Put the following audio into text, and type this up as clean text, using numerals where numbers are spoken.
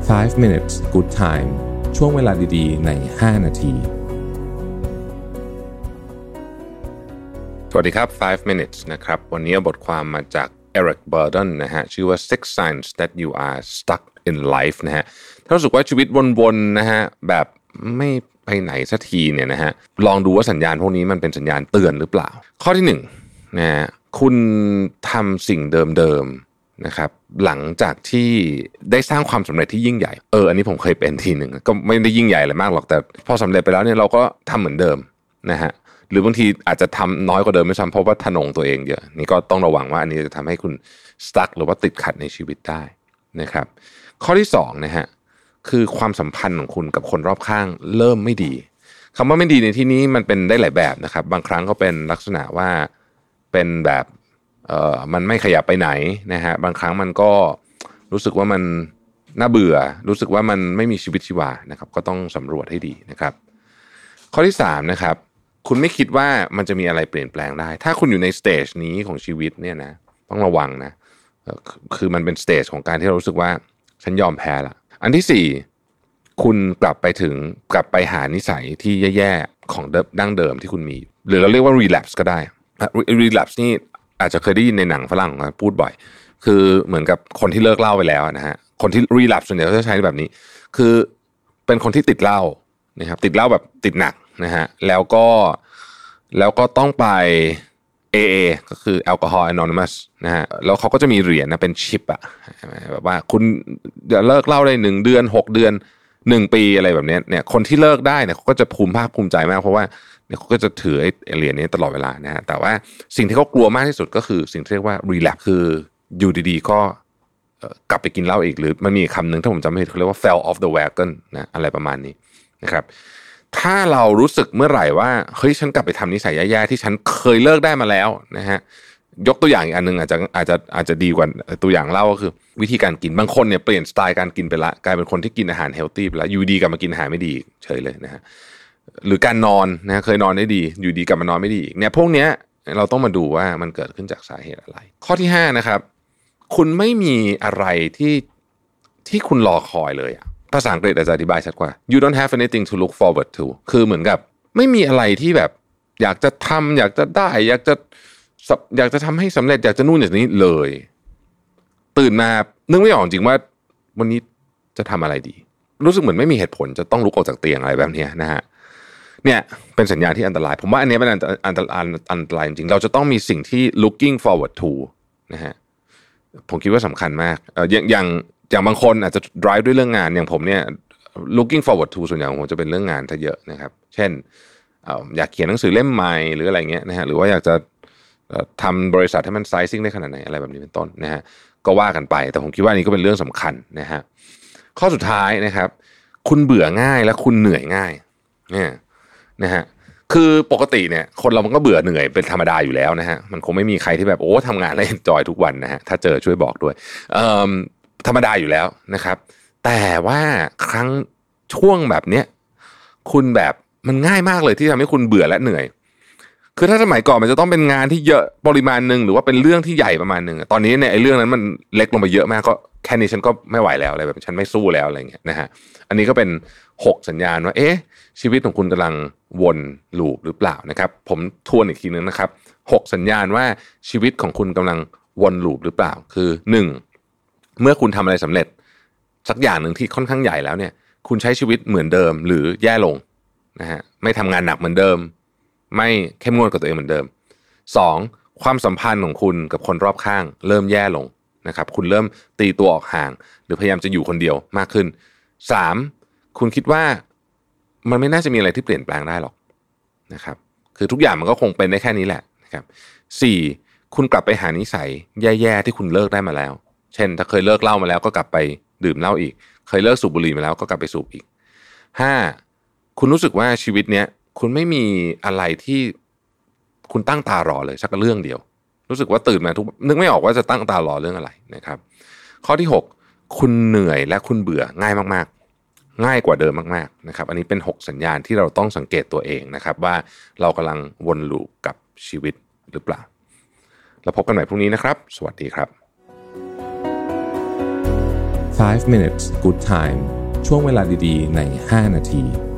5 minutes good time ช่วงเวลาดีๆใน5นาทีสวัสดีครับ5 minutes นะครับวันนี้บทความมาจาก Eric Burdon นะฮะชื่อว่า Six Signs That You Are Stuck in Life นะฮะถ้ารู้สึกว่าชีวิตวนๆนะฮะแบบไม่ไปไหนสักทีเนี่ยนะฮะลองดูว่าสัญญาณพวกนี้มันเป็นสัญญาณเตือนหรือเปล่าข้อที่1นะฮะคุณทำสิ่งเดิมๆนะครับหลังจากที่ได้สร้างความสำเร็จที่ยิ่งใหญ่อันนี้ผมเคยเป็นทีหนึ่งก็ไม่ได้ยิ่งใหญ่อะไรมากหรอกแต่พอสำเร็จไปแล้วเนี่ยเราก็ทำเหมือนเดิมนะฮะหรือบางทีอาจจะทำน้อยกว่าเดิมไม่ซ้ำเพราะว่าทะนงตัวเองเยอะนี่ก็ต้องระวังว่าอันนี้จะทำให้คุณ stuck หรือว่าติดขัดในชีวิตได้นะครับข้อที่2นะฮะคือความสัมพันธ์ของคุณกับคนรอบข้างเริ่มไม่ดีคำว่าไม่ดีในที่นี้มันเป็นได้หลายแบบนะครับบางครั้งก็เป็นลักษณะว่าเป็นแบบมันไม่ขยับไปไหนนะฮะบางครั้งมันก็รู้สึกว่ามันน่าเบื่อรู้สึกว่ามันไม่มีชีวิตชีวานะครับก็ต้องสำรวจให้ดีนะครับข้อที่3นะครับคุณไม่คิดว่ามันจะมีอะไรเปลี่ยนแปลงได้ถ้าคุณอยู่ในสเตจนี้ของชีวิตเนี่ยนะต้องระวังนะคือมันเป็นสเตจของการที่เรารู้สึกว่าฉันยอมแพ้ละอันที่4คุณกลับไปหานิสัยที่แย่ๆของดั้งเดิมที่คุณมีหรือเราเรียกว่า relapse ก็ได้ relapse นี่อาจจะเคยได้ยินในหนังฝรั่งพูดบ่อยคือเหมือนกับคนที่เลิกเหล้าไปแล้วนะฮะคนที่ relapse ส่วนใหญ่เขาจะใช้แบบนี้คือเป็นคนที่ติดเหล้านะครับติดเหล้าแบบติดหนักนะฮะแล้วก็ต้องไป AA ก็คือ Alcohol Anonymous นะฮะแล้วเขาก็จะมีเหรียญนะเป็นชิปอะแบบว่าคุณเลิกเหล้าได้1เดือน6เดือน1ปีอะไรแบบนี้เนี่ยคนที่เลิกได้เนี่ยเขาก็จะภูมิใจมากเพราะว่าเนี่ยเขาก็จะถือไอ้เหรียญนี้ตลอดเวลานะฮะแต่ว่าสิ่งที่เขากลัวมากที่สุดก็คือสิ่งที่เรียกว่า relapse คืออยู่ดีๆก็กลับไปกินเหล้าอีกหรือมันมีคำหนึ่งถ้าผมจำไม่ผิดเขาเรียกว่า fell off the wagon นะอะไรประมาณนี้นะครับถ้าเรารู้สึกเมื่อไหร่ว่าเฮ้ยฉันกลับไปทำนิสัยแย่ๆที่ฉันเคยเลิกได้มาแล้วนะฮะยกตัวอย่างอีกอันนึงอาจจะดีกว่าตัวอย่างเล่าก็คือวิธีการกินบางคนเนี่ยเปลี่ยนสไตล์การกินไปละกลายเป็นคนที่กินอาหารเฮลตี้ไปแล้วอยู่ดีกลับมากินอาหารไม่ดีเฉยเลยนะฮะหรือการนอนนะเคยนอนได้ดีอยู่ดีกลับมานอนไม่ดีเนี่ยพวกเนี้ยเราต้องมาดูว่ามันเกิดขึ้นจากสาเหตุอะไรข้อที่5นะครับคุณไม่มีอะไรที่คุณรอคอยเลยอะภาษาอังกฤษอาจจะอธิบายชัดกว่า you don't have anything to look forward to คือเหมือนกับไม่มีอะไรที่แบบอยากจะทำอยากจะได้อยากจะทำให้สำเร็จอยากจะนู่นอย่างนี้เลยตื่นมานึกไม่ออกจริงว่าวันนี้จะทำอะไรดีรู้สึกเหมือนไม่มีเหตุผลจะต้องลุกออกจากเตียงอะไรแบบนี้นะฮะเนี่ยเป็นสัญญาณที่อันตรายผมว่าอันนี้เป็นอันตรายจริงเราจะต้องมีสิ่งที่ looking forward to นะฮะผมคิดว่าสำคัญมากอย่างบางคนอาจจะ drive ด้วยเรื่องงานอย่างผมเนี่ย looking forward to ส่วนใหญ่ของผมจะเป็นเรื่องงานซะเยอะนะครับเช่นอยากเขียนหนังสือเล่มใหม่หรืออะไรเงี้ยนะฮะหรือว่าอยากจะทำบริษัทให้มันไซซิ่งได้ขนาดไหนอะไรแบบนี้เป็นต้นนะฮะก็ว่ากันไปแต่ผมคิดว่านี่ก็เป็นเรื่องสำคัญนะฮะข้อสุดท้ายนะครับคุณเบื่อง่ายและคุณเหนื่อยง่ายเนี่ยนะฮะคือปกติเนี่ยคนเรามันก็เบื่อเหนื่อยเป็นธรรมดาอยู่แล้วนะฮะมันคงไม่มีใครที่แบบโอ้ทำงานแล้วเอนจอยทุกวันนะฮะถ้าเจอช่วยบอกด้วยธรรมดาอยู่แล้วนะครับแต่ว่าครั้งช่วงแบบเนี้ยคุณแบบมันง่ายมากเลยที่ทำให้คุณเบื่อและเหนื่อยคือถ้าสมัยก่อนมันจะต้องเป็นงานที่เยอะปริมาณนึงหรือว่าเป็นเรื่องที่ใหญ่ประมาณนึงตอนนี้เนี่ยไอ้เรื่องนั้นมันเล็กลงไปเยอะมากก็แค่นี้ฉันก็ไม่ไหวแล้วอะไรแบบฉันไม่สู้แล้วอะไรเงี้ยนะฮะอันนี้ก็เป็น6สัญญาณว่าชีวิตของคุณกำลังวนลูปหรือเปล่านะครับผมทวนอีกทีนึงนะครับ6สัญญาณว่าชีวิตของคุณกำลังวนลูปหรือเปล่าคือ1เมื่อคุณทำอะไรสำเร็จสักอย่างหนึ่งที่ค่อนข้างใหญ่แล้วเนี่ยคุณใช้ชีวิตเหมือนเดิมหรือแย่ลงนะฮะไม่ทำงานหนักเหมือนเดิมไม่เข้มงวดกับตัวเองเหมือนเดิม2ความสัมพันธ์ของคุณกับคนรอบข้างเริ่มแย่ลงนะครับคุณเริ่มตีตัวออกห่างหรือพยายามจะอยู่คนเดียวมากขึ้น3คุณคิดว่ามันไม่น่าจะมีอะไรที่เปลี่ยนแปลงได้หรอกนะครับคือทุกอย่างมันก็คงเป็นได้แค่นี้แหละนะครับ4คุณกลับไปหานิสัยแย่ๆที่คุณเลิกได้มาแล้วเช่นถ้าเคยเลิกเหล้ามาแล้วก็กลับไปดื่มเหล้าอีกเคยเลิกสูบบุหรี่มาแล้วก็กลับไปสูบอีก5คุณรู้สึกว่าชีวิตเนี้ยคุณไม่มีอะไรที่คุณตั้งตารอเลยสักเรื่องเดียวรู้สึกว่าตื่นมานึกไม่ออกว่าจะตั้งตารอเรื่องอะไรนะครับข้อที่6คุณเหนื่อยและคุณเบื่อง่ายมากๆง่ายกว่าเดิมมากๆนะครับอันนี้เป็น6สัญญาณที่เราต้องสังเกตตัวเองนะครับว่าเรากำลังวนลูปกับชีวิตหรือเปล่าแล้วพบกันใหม่พรุ่งนี้นะครับสวัสดีครับ 5 minutes good time ช่วงเวลาดีๆใน5นาที